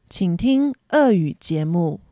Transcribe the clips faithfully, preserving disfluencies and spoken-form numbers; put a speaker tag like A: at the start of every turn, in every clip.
A: 请听俄语节目。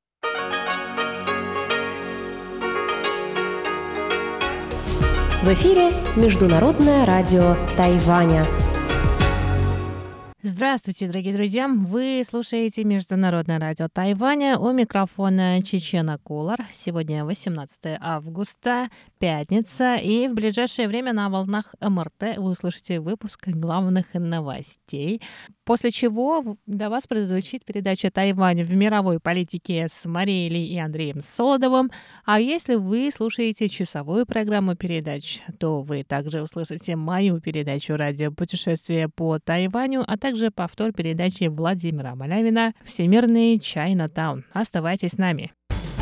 B: В эфире Международное радио Тайваня.
C: Здравствуйте, дорогие друзья! Вы слушаете Международное радио Тайваня. У микрофона Чечена Кулар. Сегодня восемнадцатое августа, пятница. И в ближайшее время на волнах эм эр тэ вы услышите выпуск главных новостей. После чего для вас прозвучит передача «Тайвань в мировой политике» с Марией Ли и Андреем Солодовым. А если вы слушаете часовую программу передач, то вы также услышите мою передачу «Радио путешествия по Тайваню», а также повтор передачи Владимира Малявина «Всемирный Чайнатаун». Оставайтесь с нами.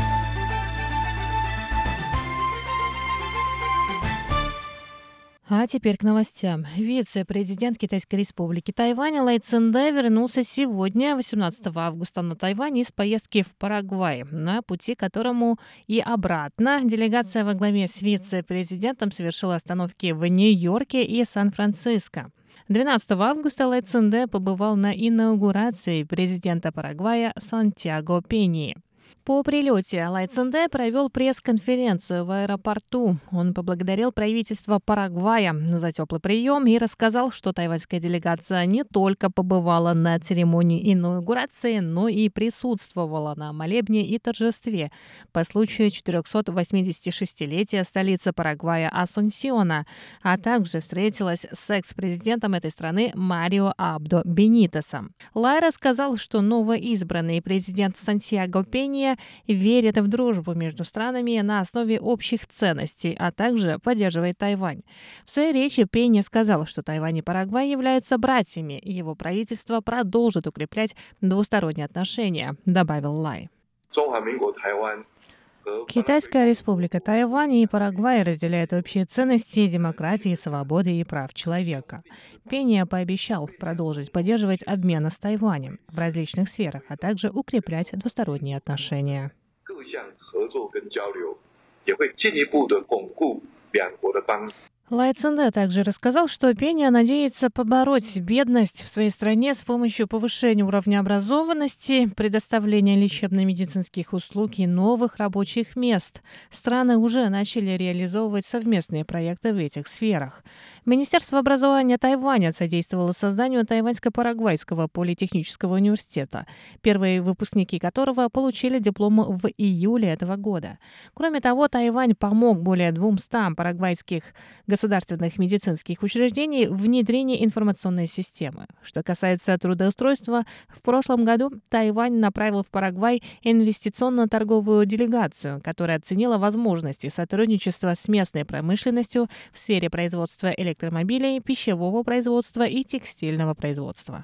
C: А теперь к новостям. Вице-президент Китайской республики Тайвань Лай Цзиньдэ вернулся сегодня, восемнадцатого августа, на Тайвань из поездки в Парагвай, на пути к которому и обратно делегация во главе с вице-президентом совершила остановки в Нью-Йорке и Сан-Франциско. двенадцатого августа Лай Цзиньдэ побывал на инаугурации президента Парагвая Сантьяго Пеньи. По прилете Лай Цзиньдэ провел пресс-конференцию в аэропорту. Он поблагодарил правительство Парагвая за теплый прием и рассказал, что тайваньская делегация не только побывала на церемонии инаугурации, но и присутствовала на молебне и торжестве по случаю четырехсотвосьмидесятишестилетия столицы Парагвая Асунсиона, а также встретилась с экс-президентом этой страны Марио Абдо Бенитесом. Лай рассказал, что новоизбранный президент Сантьяго Пенья верит в дружбу между странами на основе общих ценностей, а также поддерживает Тайвань. В своей речи Пенья сказал, что Тайвань и Парагвай являются братьями, и его правительство продолжит укреплять двусторонние отношения, добавил Лай. Китайская республика Тайвань и Парагвай разделяют общие ценности демократии, свободы и прав человека. Пенья пообещал продолжить поддерживать обмен с Тайванем в различных сферах, а также укреплять двусторонние отношения. Лай Цзиньдэ также рассказал, что Пенья надеется побороть бедность в своей стране с помощью повышения уровня образованности, предоставления лечебно-медицинских услуг и новых рабочих мест. Страны уже начали реализовывать совместные проекты в этих сферах. Министерство образования Тайваня содействовало созданию Тайваньско-Парагвайского политехнического университета, первые выпускники которого получили дипломы в июле этого года. Кроме того, Тайвань помог более двумстам парагвайских государственных государственных медицинских учреждений внедрение информационной системы. Что касается трудоустройства, в прошлом году Тайвань направил в Парагвай инвестиционно-торговую делегацию, которая оценила возможности сотрудничества с местной промышленностью в сфере производства электромобилей, пищевого производства и текстильного производства.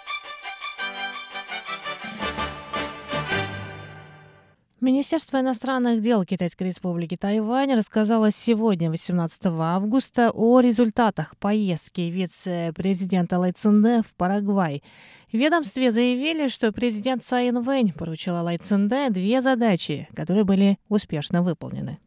C: Министерство иностранных дел Китайской республики Тайвань рассказало сегодня, восемнадцатого августа, о результатах поездки вице-президента Лай Цзиньдэ в Парагвай. В ведомстве заявили, что президент Цай Инвэнь поручила Лай Цзиньдэ две задачи, которые были успешно выполнены.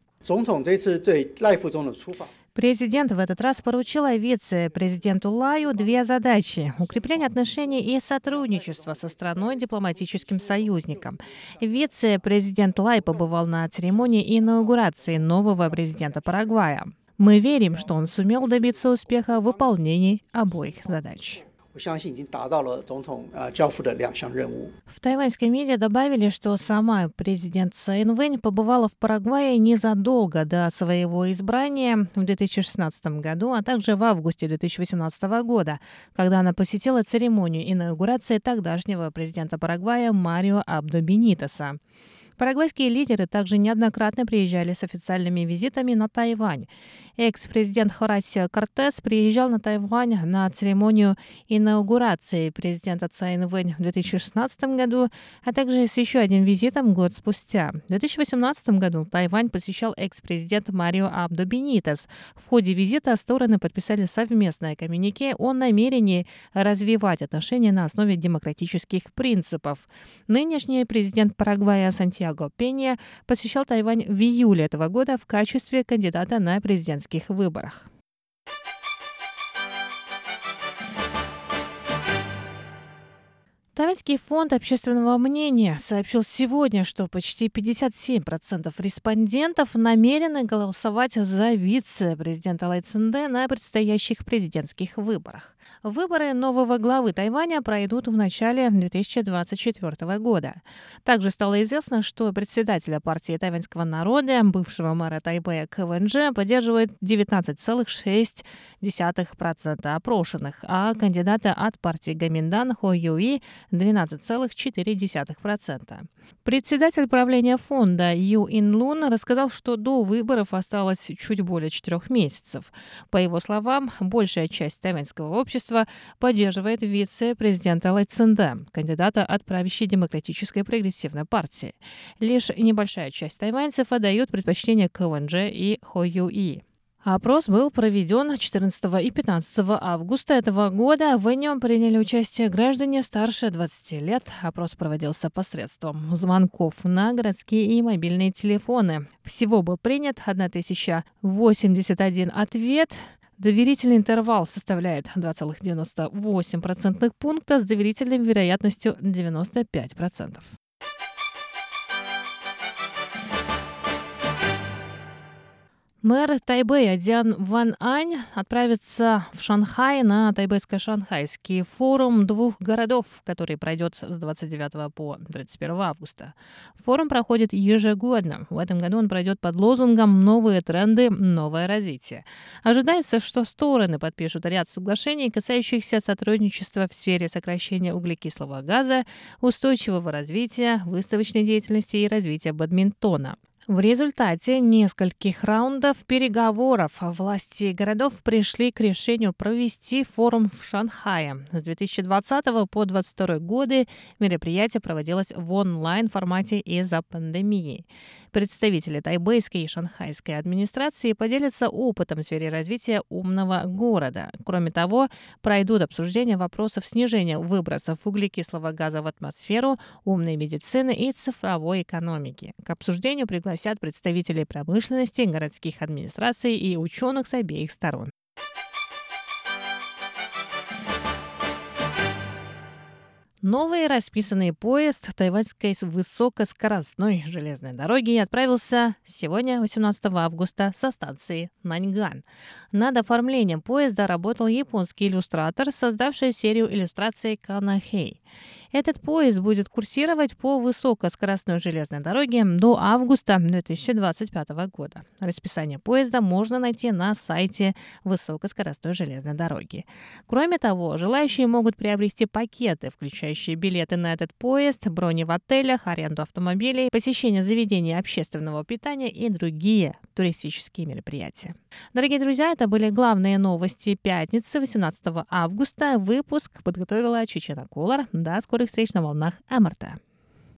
C: Президент в этот раз поручил вице-президенту Лаю две задачи – укрепление отношений и сотрудничество со страной дипломатическим союзником. Вице-президент Лай побывал на церемонии инаугурации нового президента Парагвая. Мы верим, что он сумел добиться успеха в выполнении обоих задач. В тайваньской медиа добавили, что сама президент Цай Инвэнь побывала в Парагвае незадолго до своего избрания в две тысячи шестнадцатом году, а также в августе две тысячи восемнадцатого года, когда она посетила церемонию инаугурации тогдашнего президента Парагвая Марио Абдо Бенитеса. Парагвайские лидеры также неоднократно приезжали с официальными визитами на Тайвань. Экс-президент Хорасио Кортес приезжал на Тайвань на церемонию инаугурации президента Цай Инвэнь в две тысячи шестнадцатом году, а также с еще одним визитом год спустя. В две тысячи восемнадцатом году Тайвань посещал экс-президент Марио Абдо Бенитес. В ходе визита стороны подписали совместное коммюнике о намерении развивать отношения на основе демократических принципов. Нынешний президент Парагвая Сантьяго Пенья посещал Тайвань в июле этого года в качестве кандидата на президентских выборах. Тайваньский фонд общественного мнения сообщил сегодня, что почти пятьдесят семь процентов респондентов намерены голосовать за вице-президента Лай Цинде на предстоящих президентских выборах. Выборы нового главы Тайваня пройдут в начале две тысячи двадцать четвёртого года. Также стало известно, что председателя партии тайваньского народа, бывшего мэра Тайбэя Ка Вэн Чжэ, поддерживает девятнадцать целых шесть десятых процента опрошенных, а кандидата от партии Гоминдан Хо Юи – двенадцать целых четыре десятых процента. Председатель правления фонда Ю Ин Лун рассказал, что до выборов осталось чуть более четырех месяцев. По его словам, большая часть тайваньского общества поддерживает вице-президента Лай Цинде, кандидата от правящей демократической прогрессивной партии. Лишь небольшая часть тайваньцев отдают предпочтение Ка Вэн Чжэ и Хо Юи. Опрос был проведен четырнадцатого и пятнадцатого августа этого года. В нем приняли участие граждане старше двадцати лет. Опрос проводился посредством звонков на городские и мобильные телефоны. Всего был принят тысяча восемьдесят один ответ. Доверительный интервал составляет два целых девяносто восемь сотых процентных пункта с доверительной вероятностью девяносто пять процентов. Мэр Тайбэя Дзян Ван Ань отправится в Шанхай на Тайбэйско-Шанхайский форум двух городов, который пройдет с двадцать девятого по тридцать первого августа. Форум проходит ежегодно. В этом году он пройдет под лозунгом «Новые тренды, новое развитие». Ожидается, что стороны подпишут ряд соглашений, касающихся сотрудничества в сфере сокращения углекислого газа, устойчивого развития, выставочной деятельности и развития бадминтона. В результате нескольких раундов переговоров власти городов пришли к решению провести форум в Шанхае. С две тысячи двадцатого по две тысячи двадцать второй годы мероприятие проводилось в онлайн-формате из-за пандемии. Представители тайбэйской и шанхайской администрации поделятся опытом в сфере развития умного города. Кроме того, пройдут обсуждения вопросов снижения выбросов углекислого газа в атмосферу, умной медицины и цифровой экономики. К обсуждению пригласят представителей промышленности, городских администраций и ученых с обеих сторон. Новый расписанный поезд тайваньской высокоскоростной железной дороги отправился сегодня, восемнадцатого августа, со станции Наньган. Над оформлением поезда работал японский иллюстратор, создавший серию иллюстраций Канахэй. Этот поезд будет курсировать по высокоскоростной железной дороге до августа две тысячи двадцать пятого года. Расписание поезда можно найти на сайте высокоскоростной железной дороги. Кроме того, желающие могут приобрести пакеты, включающие билеты на этот поезд, брони в отелях, аренду автомобилей, посещение заведений общественного питания и другие туристические мероприятия. Дорогие друзья, это были главные новости пятницы, восемнадцатого августа. Выпуск подготовила Чечена Колор. До скорых встреч на волнах МРТ.